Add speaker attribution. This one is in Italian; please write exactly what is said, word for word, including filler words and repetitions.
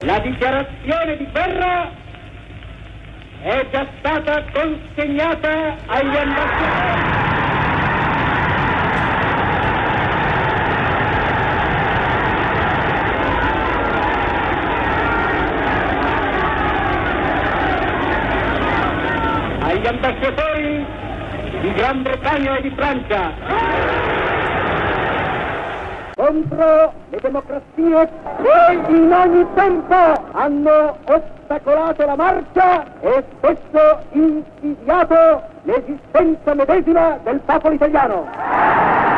Speaker 1: La dichiarazione di guerra è già stata consegnata agli ambasciatori. Agli ambasciatori di Gran Bretagna e di Francia contro le democrazie che in ogni tempo hanno ostacolato la marcia e spesso insidiato l'esistenza medesima del popolo italiano.